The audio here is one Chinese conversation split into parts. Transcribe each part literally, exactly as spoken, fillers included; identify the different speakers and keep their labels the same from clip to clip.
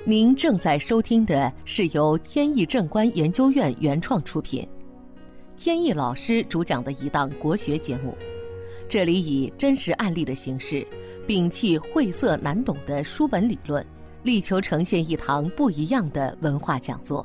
Speaker 1: 您正在收听的是由天意正观研究院原创出品，天意老师主讲的一档国学节目。这里以真实案例的形式，摒弃晦涩难懂的书本理论，力求呈现一堂不一样的文化讲座。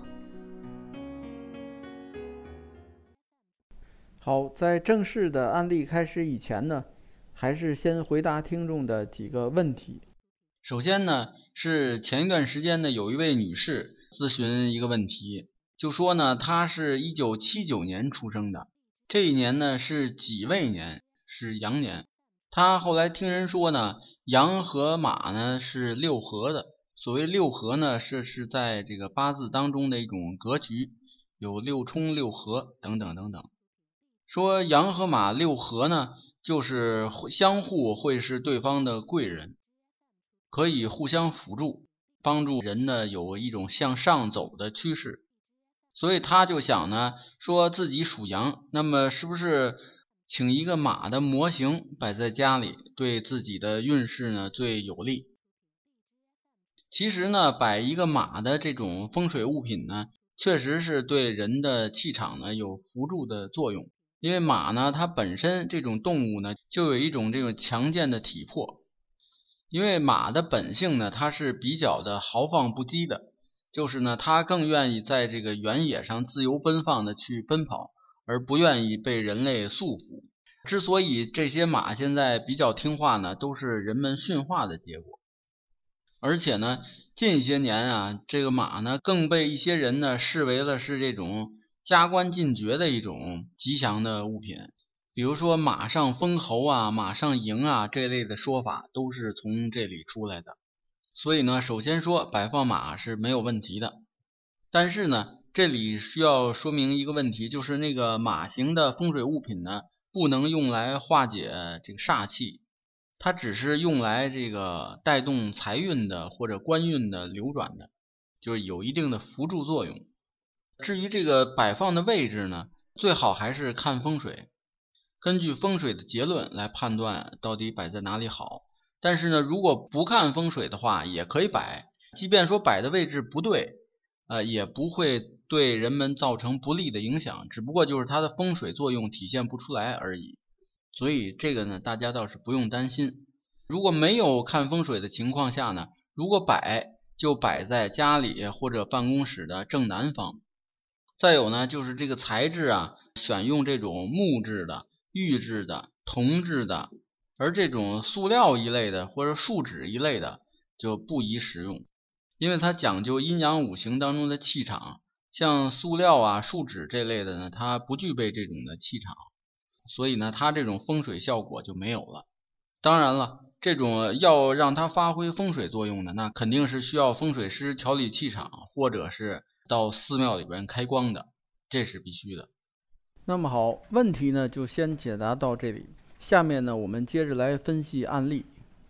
Speaker 2: 好，在正式的案例开始以前呢，还是先回答听众的几个问题。
Speaker 3: 首先呢，是前一段时间呢，有一位女士咨询一个问题，就说呢，她是一九七九年出生的，这一年呢是己未年，是羊年。她后来听人说呢，羊和马呢是六合的，所谓六合呢，是是在这个八字当中的一种格局，有六冲六合等等等等。说羊和马六合呢，就是相互会是对方的贵人，可以互相辅助，帮助人呢有一种向上走的趋势。所以他就想呢，说自己属羊，那么是不是请一个马的模型摆在家里，对自己的运势呢最有利？其实呢，摆一个马的这种风水物品呢，确实是对人的气场呢有辅助的作用。因为马呢，它本身这种动物呢，就有一种这种强健的体魄。因为马的本性呢，它是比较的豪放不羁的，就是呢，它更愿意在这个原野上自由奔放的去奔跑，而不愿意被人类束缚。之所以这些马现在比较听话呢，都是人们驯化的结果。而且呢，近些年啊，这个马呢，更被一些人呢视为了是这种加官进爵的一种吉祥的物品，比如说马上封侯啊，马上赢啊，这类的说法都是从这里出来的。所以呢，首先说摆放马是没有问题的。但是呢，这里需要说明一个问题，就是那个马形的风水物品呢，不能用来化解这个煞气，它只是用来这个带动财运的或者官运的流转的，就是有一定的辅助作用。至于这个摆放的位置呢，最好还是看风水，根据风水的结论来判断到底摆在哪里好。但是呢，如果不看风水的话，也可以摆，即便说摆的位置不对，呃，也不会对人们造成不利的影响，只不过就是它的风水作用体现不出来而已。所以这个呢，大家倒是不用担心。如果没有看风水的情况下呢，如果摆就摆在家里或者办公室的正南方。再有呢，就是这个材质啊，选用这种木质的、玉质的、铜质的，而这种塑料一类的或者树脂一类的就不宜使用，因为它讲究阴阳五行当中的气场，像塑料啊、树脂这类的呢，它不具备这种的气场，所以呢，它这种风水效果就没有了。当然了，这种要让它发挥风水作用的，那肯定是需要风水师调理气场，或者是到寺庙里边开光的，这是必须的。
Speaker 2: 那么好，问题呢就先解答到这里，下面呢我们接着来分析案例。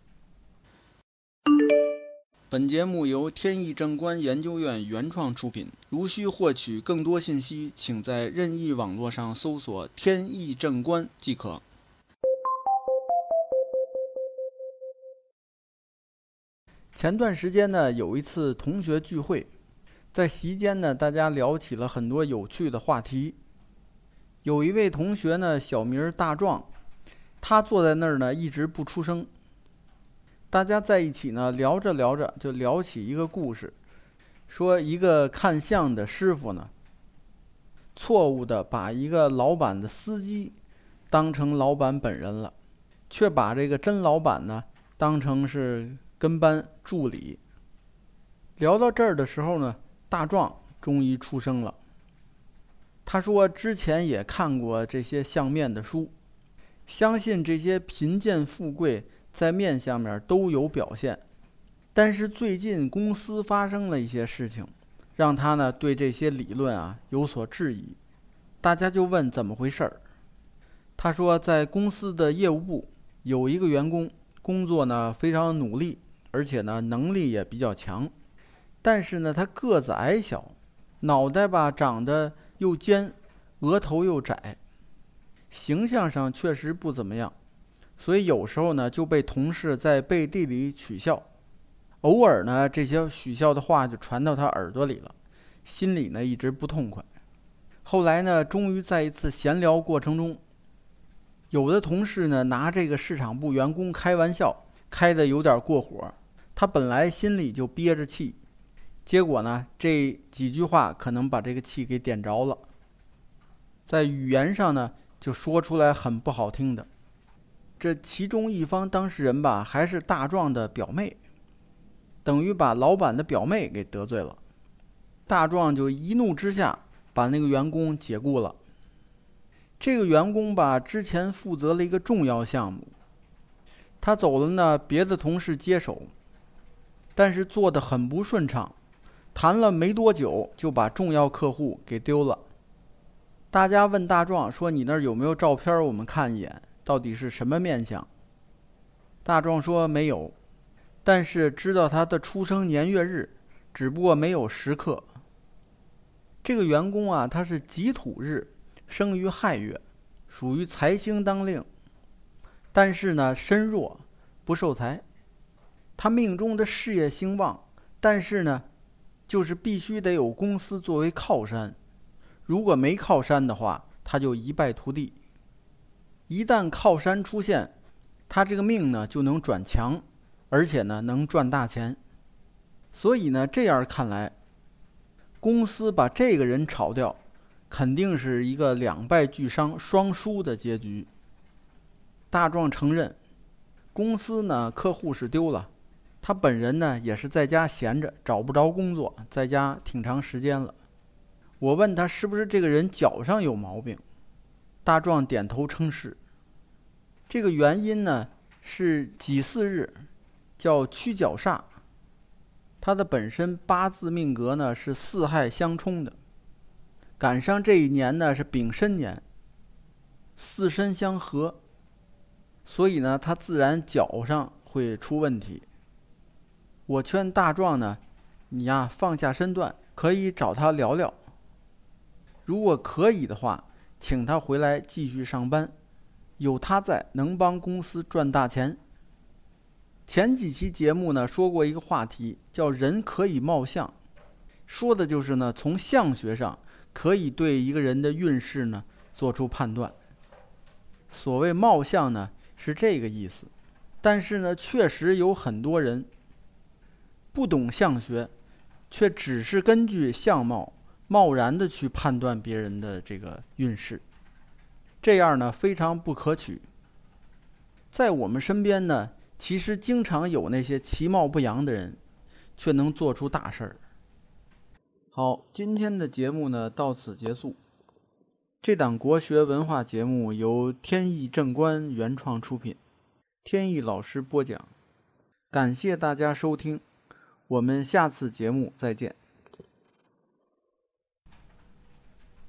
Speaker 3: 本节目由天意正观研究院原创出品，如需获取更多信息，请在任意网络上搜索天意正观即可。
Speaker 2: 前段时间呢，有一次同学聚会，在席间呢，大家聊起了很多有趣的话题。有一位同学呢，小名大壮，他坐在那儿呢，一直不出声。大家在一起呢，聊着聊着就聊起一个故事，说一个看相的师傅呢，错误的把一个老板的司机当成老板本人了，却把这个真老板呢当成是跟班助理。聊到这儿的时候呢，大壮终于出声了。他说之前也看过这些相面的书，相信这些贫贱富贵在面相面都有表现，但是最近公司发生了一些事情，让他呢对这些理论啊有所质疑。大家就问怎么回事儿。他说在公司的业务部有一个员工，工作呢非常努力，而且呢能力也比较强，但是呢他个子矮小，脑袋吧长得又尖，额头又窄，形象上确实不怎么样，所以有时候呢就被同事在背地里取笑。 偶尔呢，这些许孝的话就传到他耳朵里了，心里呢一直不痛快。后来呢，终于在一次闲聊过程中，有的同事呢拿这个市场部员工开玩笑，开得有点过火。他本来心里就憋着气，结果呢，这几句话可能把这个气给点着了，在语言上呢就说出来很不好听的。这其中一方当事人吧，还是大壮的表妹，等于把老板的表妹给得罪了。大壮就一怒之下把那个员工解雇了。这个员工吧，之前负责了一个重要项目，他走了呢，别的同事接手，但是做得很不顺畅，谈了没多久就把重要客户给丢了。大家问大壮说：“你那儿有没有照片？我们看一眼，到底是什么面相？”大壮说：“没有，但是知道他的出生年月日，只不过没有时刻。”这个员工啊，他是己土日，生于亥月，属于财星当令，但是呢身弱不受财。他命中的事业兴旺，但是呢就是必须得有公司作为靠山，如果没靠山的话，他就一败涂地。一旦靠山出现，他这个命呢就能转强，而且呢能赚大钱。所以呢这样看来，公司把这个人炒掉，肯定是一个两败俱伤双输的结局。大壮承认，公司呢客户是丢了，他本人呢也是在家闲着，找不着工作，在家挺长时间了。我问他是不是这个人脚上有毛病，大壮点头称是。这个原因呢是己巳日，叫驱脚煞，他的本身八字命格呢是四害相冲的，赶上这一年呢是丙申年，四申相合，所以呢他自然脚上会出问题。我劝大壮呢，你呀放下身段，可以找他聊聊，如果可以的话，请他回来继续上班，有他在能帮公司赚大钱。前几期节目呢说过一个话题，叫人可以貌相，说的就是呢从相学上可以对一个人的运势呢做出判断。所谓貌相呢是这个意思，但是呢确实有很多人不懂相学，却只是根据相貌贸然的去判断别人的这个运势，这样呢非常不可取。在我们身边呢，其实经常有那些其貌不扬的人，却能做出大事儿。好，今天的节目呢到此结束。这档国学文化节目由天意正观原创出品，天意老师播讲，感谢大家收听，我们下次节目再见。